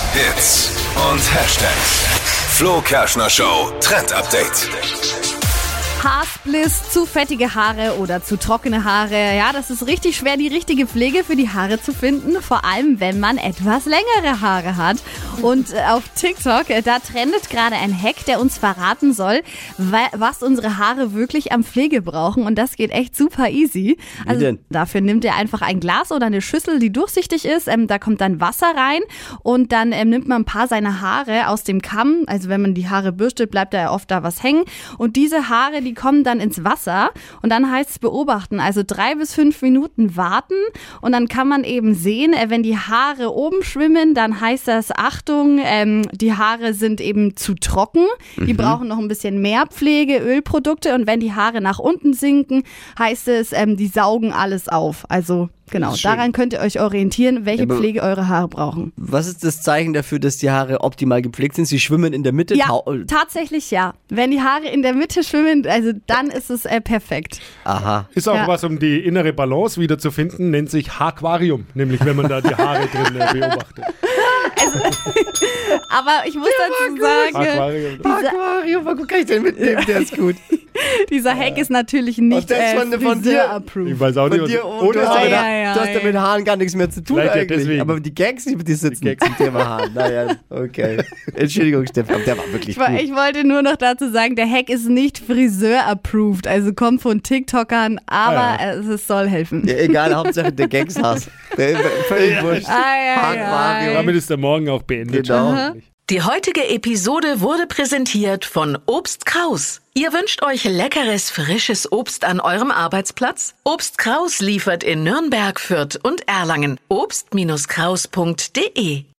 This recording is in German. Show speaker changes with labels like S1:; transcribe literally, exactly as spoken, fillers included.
S1: Hits und Hashtags. Flo Kerschner Show Trend Update.
S2: Haarspliss, zu fettige Haare oder zu trockene Haare. Ja, das ist richtig schwer, die richtige Pflege für die Haare zu finden. Vor allem, wenn man etwas längere Haare hat. Und äh, auf TikTok, äh, da trendet gerade ein Hack, der uns verraten soll, wa- was unsere Haare wirklich an Pflege brauchen. Und das geht echt super easy. Also,
S3: Wie denn?
S2: dafür nimmt ihr einfach ein Glas oder eine Schüssel, die durchsichtig ist. Ähm, da kommt dann Wasser rein und dann ähm, nimmt man ein paar seiner Haare aus dem Kamm. Also wenn man die Haare bürstet, bleibt da ja oft da was hängen. Und diese Haare, die kommen dann ins Wasser und dann heißt es beobachten. Also drei bis fünf Minuten warten und dann kann man eben sehen, äh, wenn die Haare oben schwimmen, dann heißt das, Achtung, ähm, die Haare sind eben zu trocken. Die
S3: Mhm.
S2: brauchen noch ein bisschen mehr Pflege, Ölprodukte. Und wenn die Haare nach unten sinken, heißt es, ähm, die saugen alles auf. Also genau,
S3: Schön.
S2: daran könnt ihr euch orientieren, welche
S3: Ja, aber-
S2: Pflege eure Haare brauchen.
S3: Was ist das Zeichen dafür, dass die Haare optimal gepflegt sind? Sie schwimmen in der Mitte?
S2: Ja,
S3: Tau-
S2: tatsächlich ja. Wenn die Haare in der Mitte schwimmen, also dann ist es äh, perfekt.
S3: Aha.
S4: Ist auch
S2: Ja.
S4: was, um die innere Balance wieder zu finden, nennt sich Haarquarium, nämlich wenn man da die Haare drin äh, beobachtet.
S2: Aber ich muss dazu sagen,
S4: Aquarium.
S3: Aquarium, wo kann ich den mitnehmen? Der ist gut.
S2: dieser Hack ist natürlich nicht
S3: das
S2: äh,
S3: von- von dir?
S4: Ich
S2: Friseur-approved.
S4: weiß auch nicht,
S3: Von
S4: was-
S3: dir, oh,
S4: oder
S3: du, hast
S4: aber
S3: damit,
S2: ja, ja,
S3: du hast ja
S2: ja.
S3: mit Haaren gar nichts mehr zu tun
S4: Vielleicht ja
S3: eigentlich.
S4: deswegen.
S3: Aber die Gags, die, die sitzen
S4: Die Gags.
S3: zum Thema Haaren. Naja, okay. Entschuldigung, Stefan, der war wirklich
S2: Ich, wo-
S3: gut.
S2: ich wollte nur noch dazu sagen, der Hack ist nicht Friseur-approved, also kommt von TikTokern, aber
S4: Ah,
S2: äh, es soll helfen.
S3: Ja, egal, Hauptsache der Gags hast. Der ist völlig wurscht.
S2: Ai, ai,
S3: Haarquarium.
S4: Damit ist der Morgen auch beendet.
S3: Genau.
S5: Die heutige Episode wurde präsentiert von Obst Kraus. Ihr wünscht euch leckeres, frisches Obst an eurem Arbeitsplatz? Obst Kraus liefert in Nürnberg, Fürth und Erlangen. obst Kraus punkt de